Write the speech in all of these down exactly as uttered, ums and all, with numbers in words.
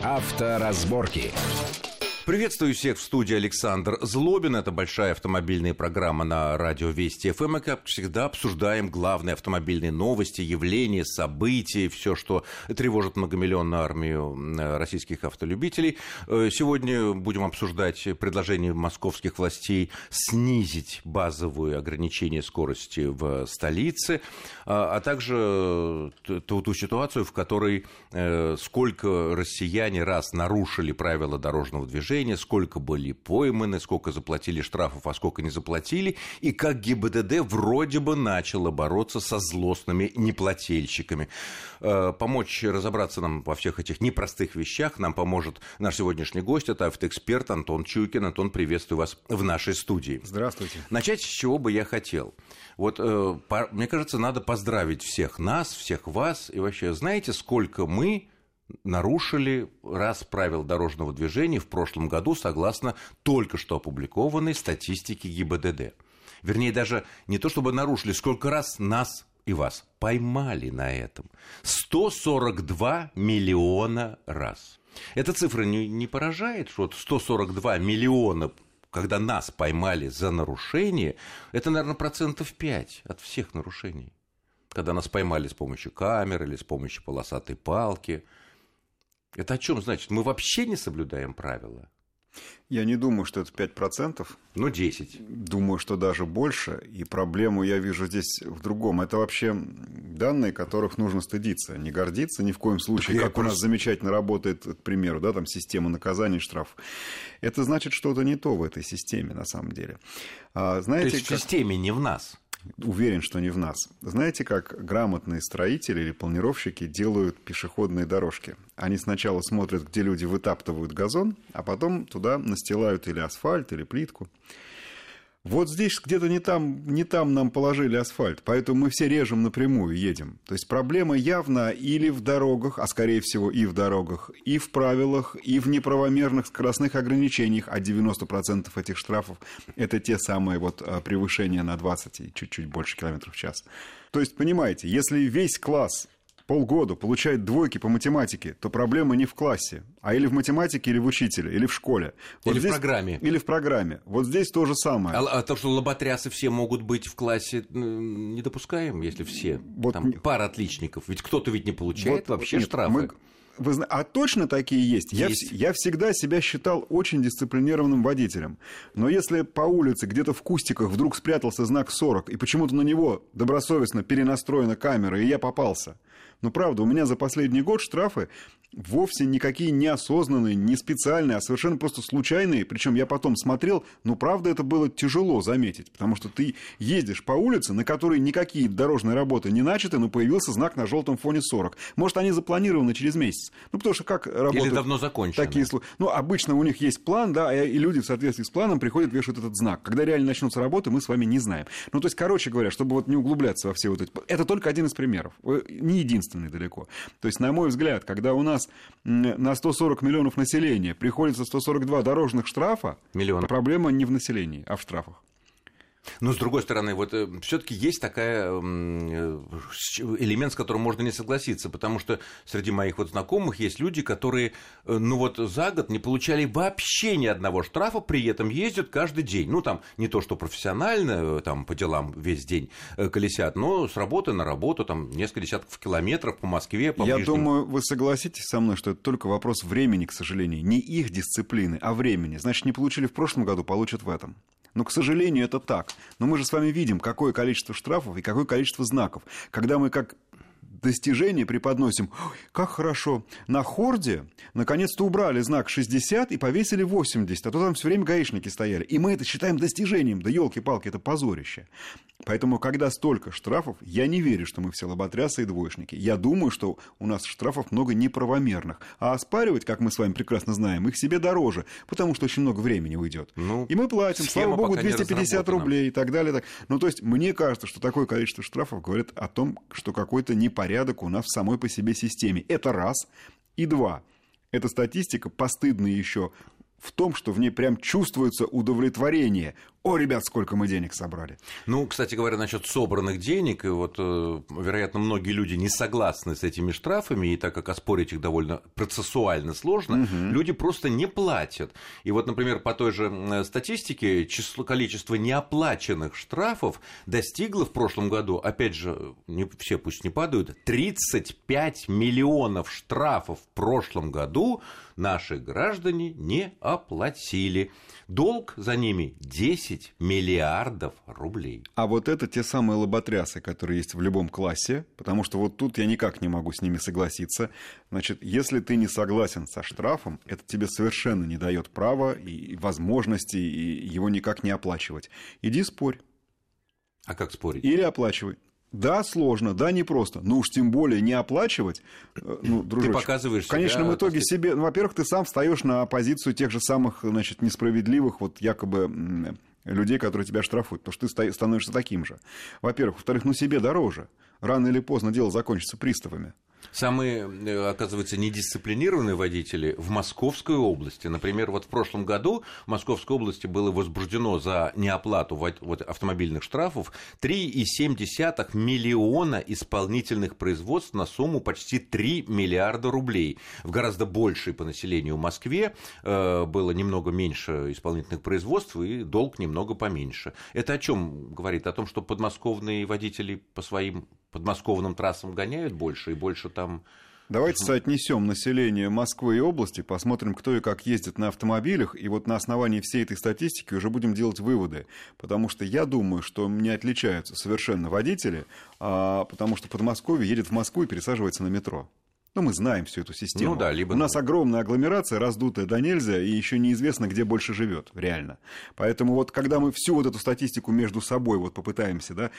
Авторазборки. Приветствую всех в студии Александр Злобин. Это большая автомобильная программа на радио Вести ФМ. Мы, как всегда, обсуждаем главные автомобильные новости, явления, события, все, что тревожит многомиллионную армию российских автолюбителей. Сегодня будем обсуждать предложение московских властей снизить базовые ограничения скорости в столице, а также ту, ту ситуацию, в которой сколько россияне раз нарушили правила дорожного движения, сколько были пойманы, сколько заплатили штрафов, а сколько не заплатили, и как ГИБДД вроде бы начало бороться со злостными неплательщиками. Помочь разобраться нам во всех этих непростых вещах нам поможет наш сегодняшний гость, это автоэксперт Антон Чуйкин. Антон, приветствую вас в нашей студии. Здравствуйте. Начать с чего бы я хотел. Вот, мне кажется, надо поздравить всех нас, всех вас, и вообще, знаете, сколько мы нарушили раз правил дорожного движения в прошлом году, согласно только что опубликованной статистике ГИБДД. Вернее, даже не то чтобы нарушили, сколько раз нас и вас поймали на этом. сто сорок два миллиона раз. Эта цифра не, не поражает, что сто сорок два миллиона, когда нас поймали за нарушение, это, наверное, процентов пять от всех нарушений. Когда нас поймали с помощью камер или с помощью полосатой палки. Это о чем значит? Мы вообще не соблюдаем правила? Я не думаю, что это пять процентов. Ну, десять. Думаю, что даже больше. И проблему я вижу здесь в другом. Это вообще данные, которых нужно стыдиться. Не гордиться ни в коем случае, так как у нас просто... замечательно работает, к примеру, да, там система наказаний, штрафов. Это значит что-то не то в этой системе, на самом деле. А, знаете, то есть как... в системе, не в нас? Уверен, что не в нас. Знаете, как грамотные строители или планировщики делают пешеходные дорожки? Они сначала смотрят, где люди вытаптывают газон, а потом туда настилают или асфальт, или плитку. Вот здесь где-то не там, не там нам положили асфальт, поэтому мы все режем напрямую, едем. То есть проблема явно или в дорогах, а скорее всего и в дорогах, и в правилах, и в неправомерных скоростных ограничениях, а девяносто процентов этих штрафов – это те самые вот превышения на двадцать и чуть-чуть больше километров в час. То есть, понимаете, если весь класс полгода получает двойки по математике, то проблема не в классе, а или в математике, или в учителе, или в школе. Вот или здесь, в программе. Или в программе. Вот здесь то же самое. А, а то, что лоботрясы все могут быть в классе, не допускаем, если все. Вот там не... пара отличников. Ведь кто-то ведь не получает вот, вообще нет, штрафы. Мы... Вы... А точно такие есть? есть. Я, я всегда себя считал очень дисциплинированным водителем. Но если по улице где-то в кустиках вдруг спрятался знак сорок, и почему-то на него добросовестно перенастроена камера, и я попался... Но правда, у меня за последний год штрафы вовсе никакие не осознанные, не специальные, а совершенно просто случайные. Причем я потом смотрел, но правда это было тяжело заметить, потому что ты ездишь по улице, на которой никакие дорожные работы не начаты, но появился знак на желтом фоне сорок. Может, они запланированы через месяц. Ну, потому что как работают... Или давно закончено. Такие... Ну, обычно у них есть план, да, и люди в соответствии с планом приходят, вешают этот знак. Когда реально начнутся работы, мы с вами не знаем. Ну, то есть, короче говоря, чтобы вот не углубляться во все вот эти... Это только один из примеров, не единственный далеко. То есть, на мой взгляд, когда у нас на сто сорок миллионов населения приходится сто сорок два дорожных штрафа, Миллиона. Проблема не в населении, а в штрафах. Но, с другой стороны, вот все-таки есть такая элемент, с которым можно не согласиться, потому что среди моих вот знакомых есть люди, которые, ну вот за год не получали вообще ни одного штрафа, при этом ездят каждый день. Ну, там не то, что профессионально, там по делам весь день колесят, но с работы на работу, там несколько десятков километров по Москве, по Я ближним... думаю, вы согласитесь со мной, что это только вопрос времени, к сожалению. Не их дисциплины, а времени. Значит, не получили в прошлом году, получат в этом. Но, к сожалению, это так. Но мы же с вами видим, какое количество штрафов и какое количество знаков. Когда мы как достижение преподносим, как хорошо, на Хорде наконец-то убрали знак шестьдесят и повесили восемьдесят, а то там все время гаишники стояли. И мы это считаем достижением. Да елки-палки, это позорище. Поэтому, когда столько штрафов, я не верю, что мы все лоботрясы и двоечники. Я думаю, что у нас штрафов много неправомерных. А оспаривать, как мы с вами прекрасно знаем, их себе дороже, потому что очень много времени уйдет. Ну, и мы платим, слава богу, двести пятьдесят рублей и так далее. Так. Ну, то есть, мне кажется, что такое количество штрафов говорит о том, что какой-то непорядок у нас в самой по себе системе. Это раз. И два. Эта статистика постыдна еще в том, что в ней прям чувствуется удовлетворение. О, ребят, сколько мы денег собрали. Ну, кстати говоря, насчет собранных денег, и вот, вероятно, многие люди не согласны с этими штрафами, и так как оспорить их довольно процессуально сложно, угу. люди просто не платят. И вот, например, по той же статистике, число, количество неоплаченных штрафов достигло в прошлом году, опять же, не, все пусть не падают, тридцать пять миллионов штрафов в прошлом году наши граждане не оплатили. Долг за ними десять миллиардов рублей. А вот это те самые лоботрясы, которые есть в любом классе, потому что вот тут я никак не могу с ними согласиться. Значит, если ты не согласен со штрафом, это тебе совершенно не дает права и возможности и его никак не оплачивать. Иди спорь. А как спорить? Или оплачивай. Да, сложно, да, непросто, но уж тем более не оплачивать, ну, дружочек, ты показываешь в конечном себя, итоге после... себе, ну, во-первых, ты сам встаешь на позицию тех же самых, значит, несправедливых, вот якобы людей, которые тебя штрафуют, потому что ты становишься таким же. Во-первых. Во-вторых, ну себе дороже. Рано или поздно дело закончится приставами. Самые, оказывается, недисциплинированные водители в Московской области. Например, вот в прошлом году в Московской области было возбуждено за неоплату вот автомобильных штрафов три целых семь десятых миллиона исполнительных производств на сумму почти три миллиарда рублей. В гораздо большей по населению Москве было немного меньше исполнительных производств и долг немного поменьше. Это о чем говорит? О том, что подмосковные водители по своим подмосковным трассам гоняют больше и больше там... Давайте соотнесем население Москвы и области, посмотрим, кто и как ездит на автомобилях, и вот на основании всей этой статистики уже будем делать выводы. Потому что я думаю, что не отличаются совершенно водители, а потому что Подмосковье едет в Москву и пересаживается на метро. Ну, мы знаем всю эту систему. Ну, да, либо... У нас огромная агломерация, раздутая до нельзя, и еще неизвестно, где больше живет, реально. Поэтому вот когда мы всю вот эту статистику между собой вот попытаемся, да,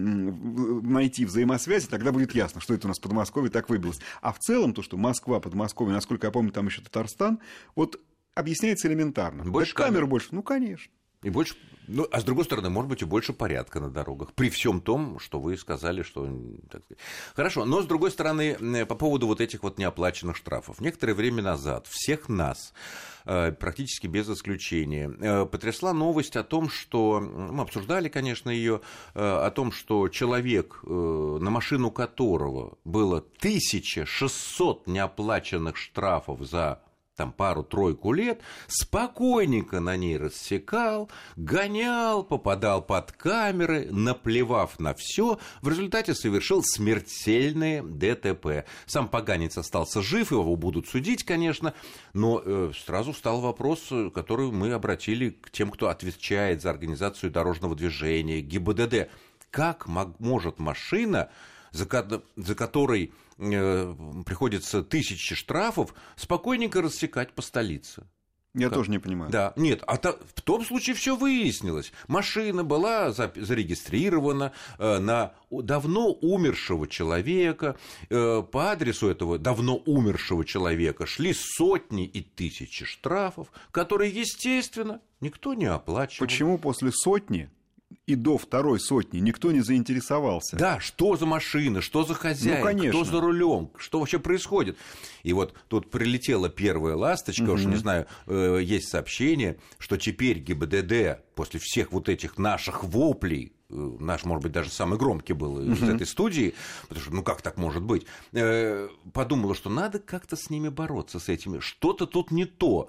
эм, найти взаимосвязи, тогда будет ясно, что это у нас Подмосковье так выбилось. А в целом то, что Москва, Подмосковье, насколько я помню, там еще Татарстан, вот объясняется элементарно. Больше камер, камер больше? Ну, конечно. И больше, ну, а с другой стороны, может быть, и больше порядка на дорогах. При всем том, что вы сказали, что... Так сказать. Хорошо, но с другой стороны, по поводу вот этих вот неоплаченных штрафов. Некоторое время назад всех нас, практически без исключения, потрясла новость о том, что... Мы обсуждали, конечно, ее, о том, что человек, на машину которого было тысяча шестьсот неоплаченных штрафов за... там пару-тройку лет, спокойненько на ней рассекал, гонял, попадал под камеры, наплевав на все, в результате совершил смертельное ДТП. Сам поганец остался жив, его будут судить, конечно, но э, сразу встал вопрос, который мы обратили к тем, кто отвечает за организацию дорожного движения, ГИБДД. Как может машина, за, за которой э, приходится тысячи штрафов, спокойненько рассекать по столице? Я как? тоже не понимаю. Да, нет, а то, в том случае все выяснилось. Машина была за, зарегистрирована э, на давно умершего человека. Э, по адресу этого давно умершего человека шли сотни и тысячи штрафов, которые, естественно, никто не оплачивал. Почему после сотни и до второй сотни никто не заинтересовался? Да, что за машина, что за хозяин, ну, кто за рулем, что вообще происходит. И вот тут прилетела первая ласточка, угу. уж не знаю, э, есть сообщение, что теперь ГИБДД после всех вот этих наших воплей, э, наш, может быть, даже самый громкий был угу. из этой студии, потому что, ну как так может быть, э, подумала, что надо как-то с ними бороться, с этими, что-то тут не то.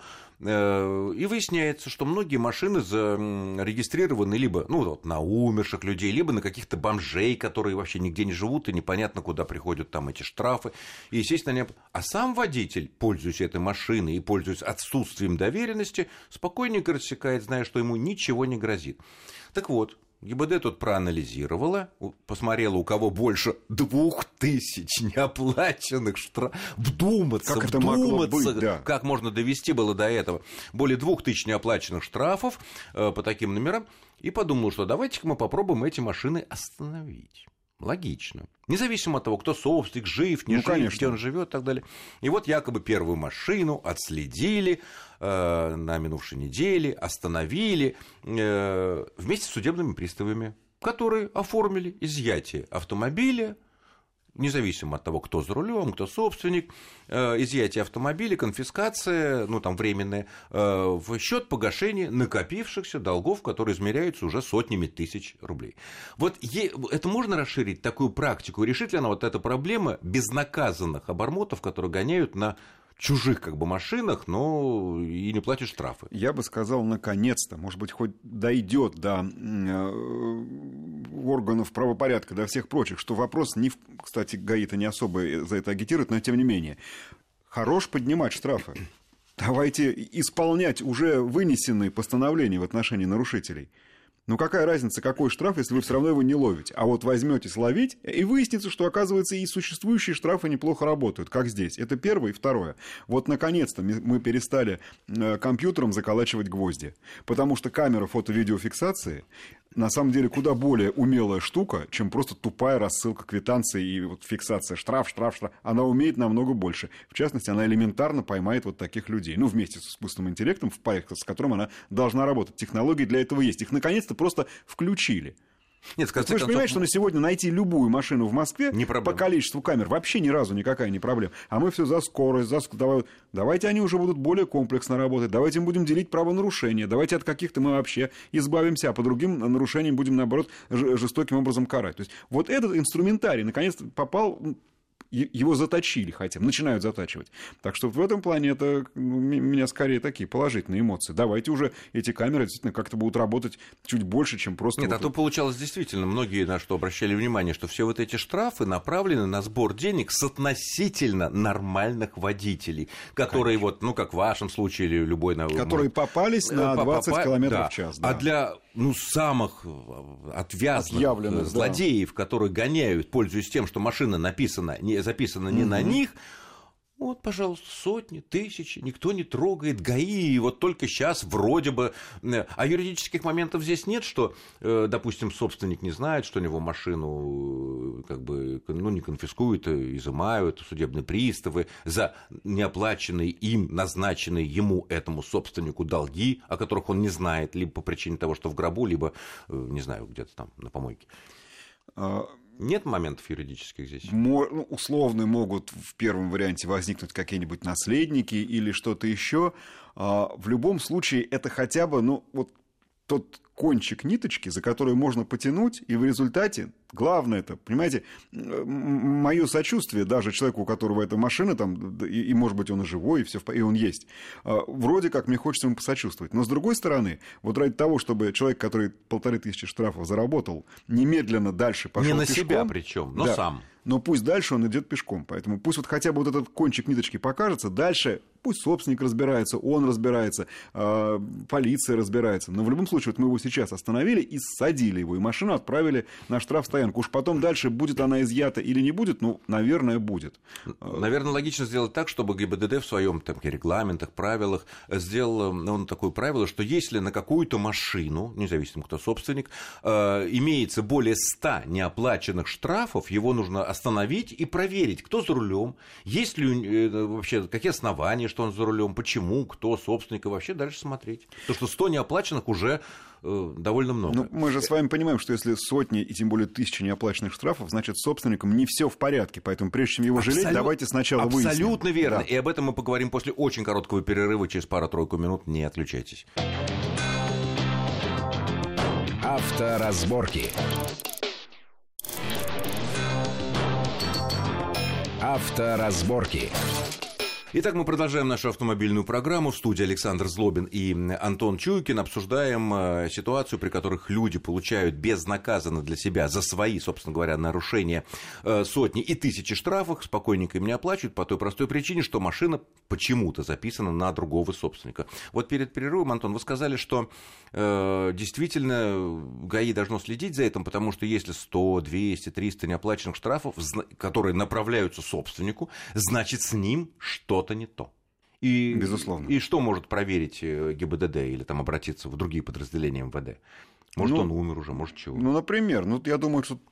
И выясняется, что многие машины зарегистрированы либо ну, вот, на умерших людей, либо на каких-то бомжей, которые вообще нигде не живут, и непонятно, куда приходят там эти штрафы. И, естественно, они... А сам водитель, пользуясь этой машиной и пользуясь отсутствием доверенности, спокойненько рассекает, зная, что ему ничего не грозит. Так вот, ГИБДД тут проанализировала, посмотрела, у кого больше двух тысяч неоплаченных штрафов. Вдуматься, как это вдуматься, могло быть, да. Как можно довести было до этого. Более двух тысяч неоплаченных штрафов э, по таким номерам. И подумала, что давайте-ка мы попробуем эти машины остановить. Логично. Независимо от того, кто собственник, жив, не ну, жив, конечно. где он живет и так далее. И вот якобы первую машину отследили э, на минувшей неделе, остановили э, вместе с судебными приставами, которые оформили изъятие автомобиля независимо от того, кто за рулем, кто собственник, изъятие автомобиля, конфискация, ну там временная, в счет погашения накопившихся долгов, которые измеряются уже сотнями тысяч рублей. Вот это можно расширить, такую практику? Решит ли она вот эта проблема безнаказанных обормотов, которые гоняют на чужих как бы машинах, но и не платишь штрафы? Я бы сказал, наконец-то, может быть, хоть дойдет до э, органов правопорядка, до всех прочих, что вопрос, не в... кстати, ГАИ-то не особо за это агитирует, но тем не менее, хорош поднимать штрафы. Давайте исполнять уже вынесенные постановления в отношении нарушителей. Ну какая разница, какой штраф, если вы все равно его не ловите? А вот возьметесь ловить, и выяснится, что, оказывается, и существующие штрафы неплохо работают, как здесь. Это первое. И второе. Вот, наконец-то, мы перестали компьютером заколачивать гвозди. Потому что камера фото-видеофиксации на самом деле куда более умелая штука, чем просто тупая рассылка квитанций и вот фиксация штраф, штраф, штраф. Она умеет намного больше. В частности, она элементарно поймает вот таких людей. Ну, вместе с искусственным интеллектом, в паре с которым она должна работать. Технологии для этого есть. Их наконец-то просто включили. Нет, вы же концов... понимаете, что на сегодня найти любую машину в Москве по количеству камер вообще ни разу никакая не проблема. А мы все за скорость, за... Давай... давайте они уже будут более комплексно работать, давайте им будем делить правонарушения, давайте от каких-то мы вообще избавимся, а по другим нарушениям будем, наоборот, жестоким образом карать. То есть вот этот инструментарий наконец-то попал... Его заточили хотя бы, начинают затачивать. Так что в этом плане это у меня скорее такие положительные эмоции. Давайте уже эти камеры действительно как-то будут работать чуть больше, чем просто... Нет, вот а то получалось действительно, многие на что обращали внимание, что все вот эти штрафы направлены на сбор денег с относительно нормальных водителей, которые Конечно. вот, ну как в вашем случае или любой... Которые может... попались на двадцать Попа... километров да. в час. Да. А для ну, самых отвязных злодеев, да. которые гоняют, пользуясь тем, что машина написана... Не записано не mm-hmm. на них, вот, пожалуйста, сотни, тысячи, никто не трогает, ГАИ, и вот только сейчас вроде бы... А юридических моментов здесь нет, что, допустим, собственник не знает, что у него машину как бы, ну, не конфискуют, изымают судебные приставы за неоплаченные им, назначенные ему, этому собственнику, долги, о которых он не знает, либо по причине того, что в гробу, либо, не знаю, где-то там на помойке. Нет моментов юридических здесь? Мо- ну, условно могут в первом варианте возникнуть какие-нибудь наследники или что-то еще. А, в любом случае это хотя бы ну, вот тот кончик ниточки, за который можно потянуть, и в результате, главное это, понимаете, мое сочувствие даже человеку, у которого эта машина, там, и, и может быть он и живой, и, все, и он есть, вроде как мне хочется ему посочувствовать. Но с другой стороны, вот ради того, чтобы человек, который полторы тысячи штрафов заработал, немедленно дальше пошел пешком... Не на себя причем, но да, сам. Но пусть дальше он идет пешком. Поэтому пусть вот хотя бы вот этот кончик ниточки покажется, дальше пусть собственник разбирается, он разбирается, э, полиция разбирается. Но в любом случае, вот мы его сейчас остановили и ссадили его, и машину отправили на штрафстоянку. Уж потом дальше будет она изъята или не будет, ну, наверное, будет. Наверное, логично сделать так, чтобы ГИБДД в своем там, регламентах, правилах сделал ну, такое правило, что если на какую-то машину, независимо кто собственник, э, имеется более ста неоплаченных штрафов, его нужно остановить и проверить, кто за рулем, есть ли э, вообще какие основания, что он за рулем, почему, кто собственник, и вообще дальше смотреть. Потому что сто неоплаченных уже э, довольно много. Ну, мы же с вами понимаем, что если сотни и тем более тысячи неоплаченных штрафов, значит, с собственником не все в порядке. Поэтому прежде чем его Абсолют... жалеть, давайте сначала Абсолютно выясним. Абсолютно верно. Да. И об этом мы поговорим после очень короткого перерыва, через пару-тройку минут. Не отключайтесь. Авторазборки. Авторазборки. Итак, мы продолжаем нашу автомобильную программу. В студии Александр Злобин и Антон Чуйкин. Обсуждаем ситуацию, при которых люди получают безнаказанно для себя за свои, собственно говоря, нарушения сотни и тысячи штрафов, спокойненько им не оплачивают по той простой причине, что машина почему-то записана на другого собственника. Вот перед перерывом, Антон, вы сказали, что э, действительно ГАИ должно следить за этим, потому что если сто, двести, триста неоплаченных штрафов, которые направляются собственнику, значит, с ним что что-то не то. И, Безусловно. И что может проверить ГИБДД или там обратиться в другие подразделения МВД? Может, ну, он умер уже, может, чего? Ну, например, ну, я думаю, что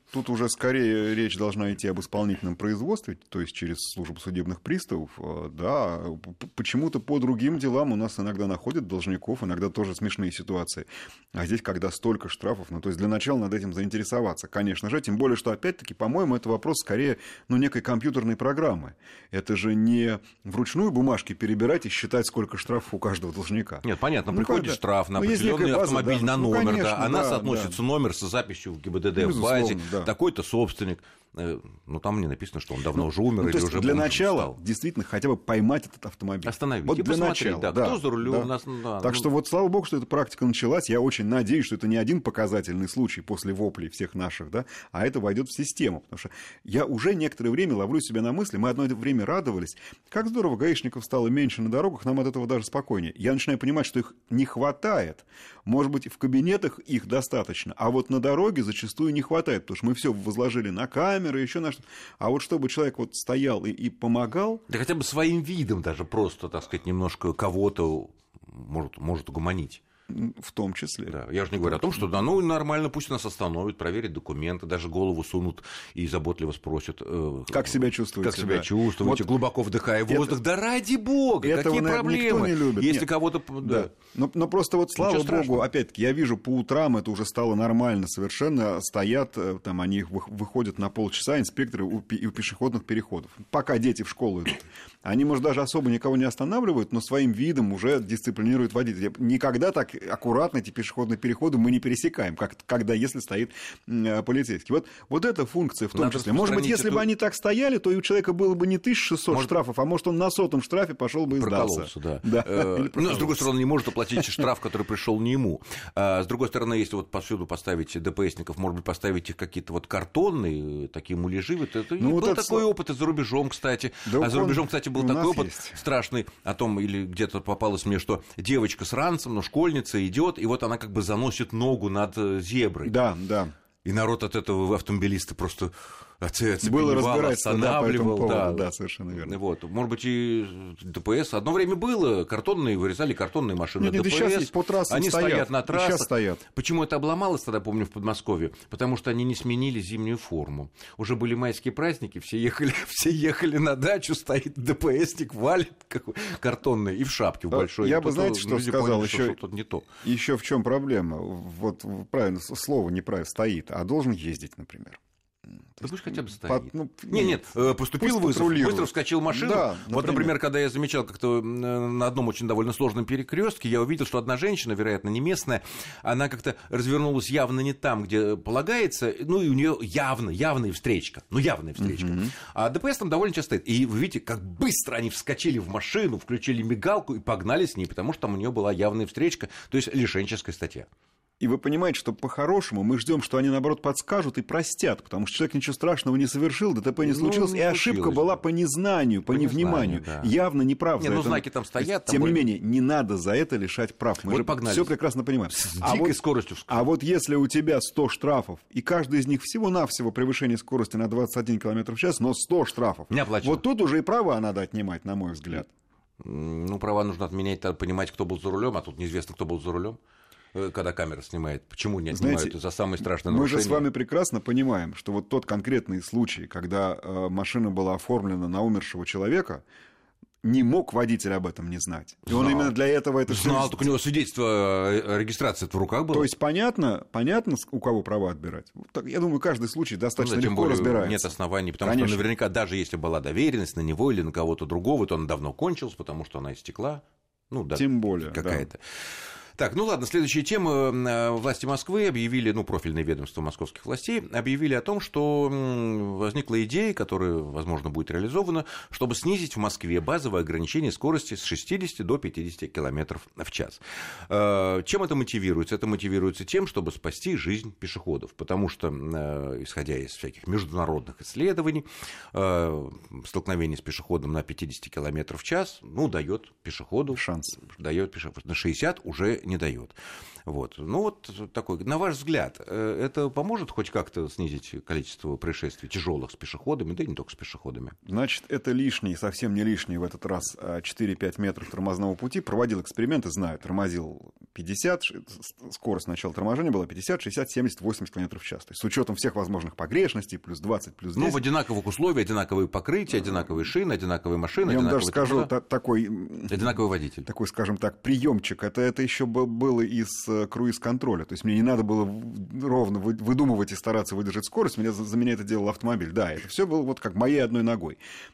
тут уже скорее речь должна идти об исполнительном производстве, то есть через службу судебных приставов. Да, почему-то по другим делам у нас иногда находят должников, иногда тоже смешные ситуации. А здесь, когда столько штрафов, ну, то есть для начала надо этим заинтересоваться, конечно же. Тем более, что, опять-таки, по-моему, это вопрос скорее, ну, некой компьютерной программы. Это же не вручную бумажки перебирать и считать, сколько штрафов у каждого должника. Нет, понятно, ну, приходит когда... штраф на ну, определенный база, автомобиль, да, на ну, номер, конечно, да, а нас да, относится да. номер с записью в ГИБДД Ну, в базе, да. такой-то собственник. Ну, там не написано, что он давно ну, уже умер ну, или то уже для бомжем начала стал. Действительно хотя бы поймать этот автомобиль. Остановить вот и для посмотреть, начала, да, да, кто за рулем. Да. У нас, да, так ну... что вот слава богу, что эта практика началась. Я очень надеюсь, что это не один показательный случай после воплей всех наших, да, а это войдет в систему. Потому что я уже некоторое время ловлю себя на мысли, мы одно время радовались, как здорово гаишников стало меньше на дорогах, нам от этого даже спокойнее. Я начинаю понимать, что их не хватает. Может быть, в кабинетах их достаточно, а вот на дороге зачастую не хватает, потому что мы все возложили на камеры, еще на что. А вот чтобы человек вот стоял и, и помогал... Да хотя бы своим видом даже просто, так сказать, немножко кого-то может, может угомонить. В том числе. Да. Я же не говорю о том, что да, ну нормально, пусть нас остановят, проверят документы, даже голову сунут и заботливо спросят. Э, как себя чувствуете? Как себя да. чувствуете, вот глубоко вдыхая воздух. Это... Да ради бога, этого, какие наверное, проблемы? Никто не любит. Если Нет. кого-то... Да. Да. Но, но просто вот, слава богу, опять-таки, я вижу по утрам, это уже стало нормально совершенно, стоят, там они выходят на полчаса, инспекторы у, пи- у пешеходных переходов. Пока дети в школу идут. Они, может, даже особо никого не останавливают, но своим видом уже дисциплинируют водителей. Никогда так аккуратно эти пешеходные переходы мы не пересекаем, как, когда, если стоит э, полицейский. Вот, вот эта функция в том Надо числе. Может быть, если эту... бы они так стояли, то и у человека было бы не тысяча шестьсот может... штрафов, а может, он на сотом штрафе пошел бы и сдался. Прокололся, да. да. Э, но, с другой стороны, не может оплатить штраф, который пришел не ему. А, с другой стороны, если вот повсюду поставить ДПСников, может быть, поставить их какие-то вот картонные, такие муляжи. Это, ну, был вот такой это... опыт и за рубежом, кстати. Да а за рубежом, кстати, был такой опыт есть. страшный о том, или где-то попалось мне, что девочка с ранцем, ну, школьница идет, и вот она как бы заносит ногу над зеброй. Да, да. И народ от этого, автомобилисты, просто было разбираться, останавливал. Да, по этому поводу, да. да, совершенно верно. Вот. Может быть, и ДПС. Одно время было, картонные, вырезали картонные машины нет, нет, ДПС. Сейчас по трассам они стоят, стоят на трассах. Сейчас стоят. Почему это обломалось тогда, помню, в Подмосковье? Потому что они не сменили зимнюю форму. Уже были майские праздники, все ехали, все ехали на дачу, стоит ДПСник, валит картонный и в шапке в большой. Я бы, знаете, что сказал? Еще, что не то. еще в чем проблема? Вот правильно, слово неправильно стоит, а должен ездить, например. Да пусть хотя бы стоит. Под, ну, нет, нет, поступил вызов, быстро вскочил в машину. Да, например. Вот, например, когда я замечал как-то на одном очень довольно сложном перекрестке, я увидел, что одна женщина, вероятно, не местная, она как-то развернулась явно не там, где полагается, ну и у нее явно, явная встречка, ну явная встречка. Uh-huh. А ДПС там довольно часто стоит. И вы видите, как быстро они вскочили в машину, включили мигалку и погнали с ней, потому что там у нее была явная встречка, то есть лишенческая статья. И вы понимаете, что по-хорошему мы ждем, что они, наоборот, подскажут и простят, потому что человек ничего страшного не совершил, ДТП не случилось, ну, не и ошибка случилось. Была по незнанию, по, по невниманию. Да. Явно неправ. Не, ну, знаки там стоят. Тем там не менее, не надо за это лишать прав. Мы вот же погнали. Все прекрасно понимаем. С а дикой вот, скоростью. А вот если у тебя сто штрафов, и каждый из них всего-навсего превышение скорости на двадцать один километр в час, но сто штрафов. Не оплачено. Вот тут уже и права надо отнимать, на мой взгляд. Ну, права нужно отменять, надо понимать, кто был за рулем, а тут неизвестно, кто был за рулем. Когда камера снимает, почему не отнимают? Знаете, за самые страшные нарушения? Мы же с вами прекрасно понимаем, что вот тот конкретный случай, когда э, машина была оформлена на умершего человека, не мог водитель об этом не знать. И Знал. Он именно для этого это... Знал, все... только у него свидетельство о регистрации в руках было. То есть понятно, понятно, у кого права отбирать? Я думаю, каждый случай достаточно ну, да, легко разбирается. Нет оснований, потому Конечно. что наверняка даже если была доверенность на него или на кого-то другого, то она давно кончилась, потому что она истекла. Ну, да, тем более, какая-то. Да. Так, ну ладно, следующая тема. Власти Москвы объявили, ну, профильное ведомство московских властей, объявили о том, что возникла идея, которая, возможно, будет реализована, чтобы снизить в Москве базовое ограничение скорости с шестидесяти до пятидесяти километров в час. Чем это мотивируется? Это мотивируется тем, чтобы спасти жизнь пешеходов, потому что, исходя из всяких международных исследований, столкновение с пешеходом на пятидесяти километров в час, ну, дает пешеходу шанс. Дает пешеходу. На шестьдесят уже не дает. Вот. Ну, вот такой. На ваш взгляд, это поможет хоть как-то снизить количество происшествий тяжелых с пешеходами, да и не только с пешеходами? Значит, это лишний, совсем не лишний в этот раз четыре-пять метров тормозного пути. Проводил эксперименты, знаю, тормозил пятьдесят, скорость начала торможения была пятьдесят, шестьдесят, семьдесят, восемьдесят км в час. То есть с учетом всех возможных погрешностей, плюс двадцать, плюс десять. Ну, в одинаковых условиях, одинаковые покрытия, одинаковые шины, одинаковые машины. Я вам даже скажу, та- такой... Одинаковый водитель. Такой, скажем так, приемчик. Это, это еще было из круиз-контроля. То есть мне не надо было ровно выдумывать и стараться выдержать скорость. Меня, за меня это делал автомобиль. Да, это все было вот как моей одной ногой.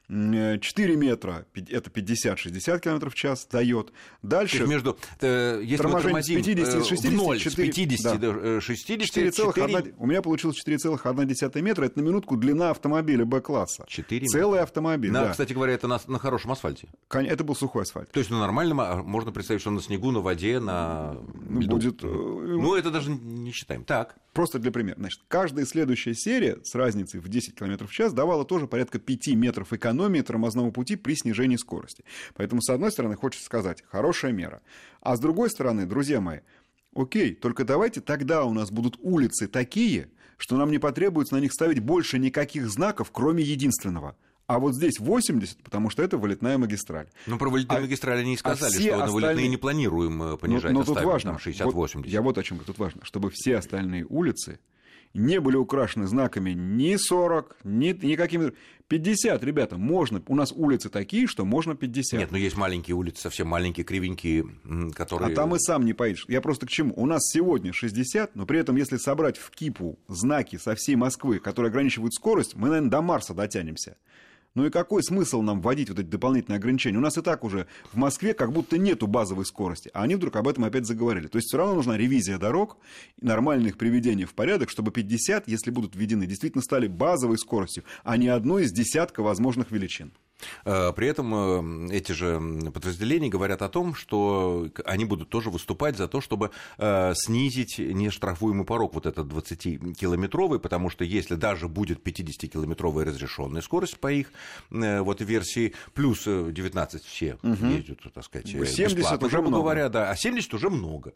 четыре метра, это пятьдесят-шестьдесят км в час дает. Дальше... То есть между... Э, если торможение мы тормозим с пятидесяти, с шестидесяти, в ноль, четыре, с пятидесяти да. до шестидесяти, четыре целых одна, четыре... у меня получилось четыре целых одна десятая метра. Это на минутку длина автомобиля Б-класса. четыре Целый автомобиль, на, да. Кстати говоря, это на, на хорошем асфальте. Это был сухой асфальт. То есть на нормальном, можно представить, что на снегу, на воде, на льду. Будет... Ну, это даже не считаем. Так. Просто для примера. Значит, каждая следующая серия с разницей в десять км в час давала тоже порядка пяти метров экономии тормозного пути при снижении скорости. Поэтому, с одной стороны, хочется сказать, хорошая мера. А с другой стороны, друзья мои, окей, только давайте тогда у нас будут улицы такие, что нам не потребуется на них ставить больше никаких знаков, кроме единственного. А вот здесь восемьдесят, потому что это вылетная магистраль. Ну, про вылетные а, магистрали не сказали, а что остальные... на вылетные не планируем понижать, но, но оставим тут важно, там шестьдесят-восемьдесят. Вот, я вот о чем говорю, тут важно, чтобы все остальные улицы не были украшены знаками ни сорок, ни, ни какими... пятьдесят, ребята, можно. У нас улицы такие, что можно пятьдесят. Нет, но есть маленькие улицы, совсем маленькие, кривенькие, которые... А там и сам не поедешь. Я просто к чему? У нас сегодня шестьдесят, но при этом, если собрать в кипу знаки со всей Москвы, которые ограничивают скорость, мы, наверное, до Марса дотянемся. Ну и какой смысл нам вводить вот эти дополнительные ограничения? У нас и так уже в Москве как будто нету базовой скорости, а они вдруг об этом опять заговорили. То есть все равно нужна ревизия дорог, нормальное их приведение в порядок, чтобы пятьдесят, если будут введены, действительно стали базовой скоростью, а не одной из десятка возможных величин. При этом эти же подразделения говорят о том, что они будут тоже выступать за то, чтобы снизить нештрафуемый порог, вот этот двадцатикилометровый, потому что если даже будет пятидесятикилометровая разрешенная скорость по их вот версии, плюс девятнадцать все угу. ездят, так сказать, семьдесят уже много. Говоря, да, а семьдесят уже много.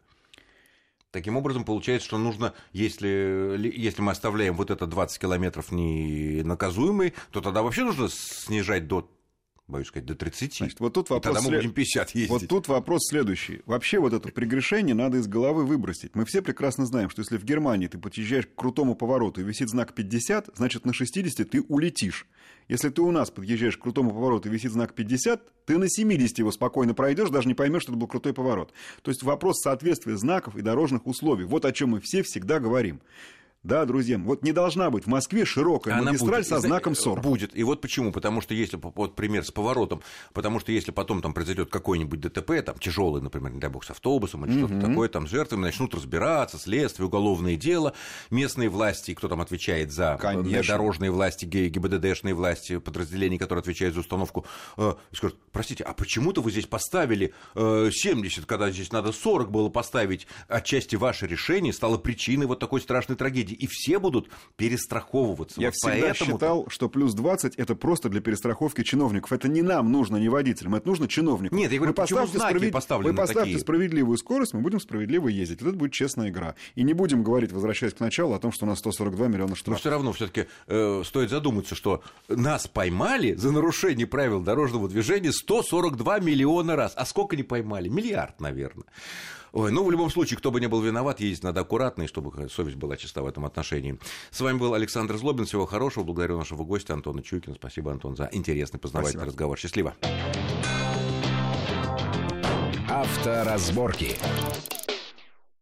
Таким образом, получается, что нужно, если, если мы оставляем вот это двадцать километров ненаказуемый, то тогда вообще нужно снижать до, боюсь сказать, до тридцати. Значит, вот тут вопрос и тогда мы след... будем пятьдесят ездить. Вот тут вопрос следующий. Вообще вот это прегрешение надо из головы выбросить. Мы все прекрасно знаем, что если в Германии ты подъезжаешь к крутому повороту и висит знак пятьдесят, значит на шестидесяти ты улетишь. Если ты у нас подъезжаешь к крутому повороту и висит знак пятьдесят, ты на семидесяти его спокойно пройдешь, даже не поймешь, что это был крутой поворот. То есть вопрос соответствия знаков и дорожных условий. Вот о чем мы все всегда говорим. Да, друзья, вот не должна быть в Москве широкая Она магистраль будет. со знаком сорок. Будет. И вот почему. Потому что если, вот пример с поворотом, потому что если потом там произойдет какой-нибудь ДТП, там тяжелый, например, не дай бог, с автобусом или mm-hmm. что-то такое, там с жертвами начнут разбираться, следствие, уголовное дело, местные власти, кто там отвечает за Конечно. дорожные власти, ГИБДДшные власти, подразделения, которые отвечают за установку, э, скажут, простите, а почему-то вы здесь поставили э, семьдесят, когда здесь надо сорок было поставить, отчасти ваше решение стало причиной вот такой страшной трагедии. И все будут перестраховываться. Я вот всегда поэтому... считал, что плюс двадцать это просто для перестраховки чиновников. Это не нам нужно, не водителям, это нужно чиновникам. Нет, я говорю, вы почему знаки справед... поставлены Вы поставьте такие? справедливую скорость, мы будем справедливо ездить. Вот это будет честная игра. И не будем говорить, возвращаясь к началу, о том, что у нас сто сорок два миллиона штрафов. Но все равно все-таки э, стоит задуматься, что нас поймали за нарушение правил дорожного движения сто сорок два миллиона раз. А сколько не поймали? Миллиард, наверное. Ой, ну, в любом случае, кто бы ни был виноват, ездить надо аккуратно, и чтобы совесть была чиста в этом отношении. С вами был Александр Злобин. Всего хорошего. Благодарю нашего гостя Антона Чуйкина. Спасибо, Антон, за интересный, познавательный Спасибо. разговор. Счастливо. Авторазборки.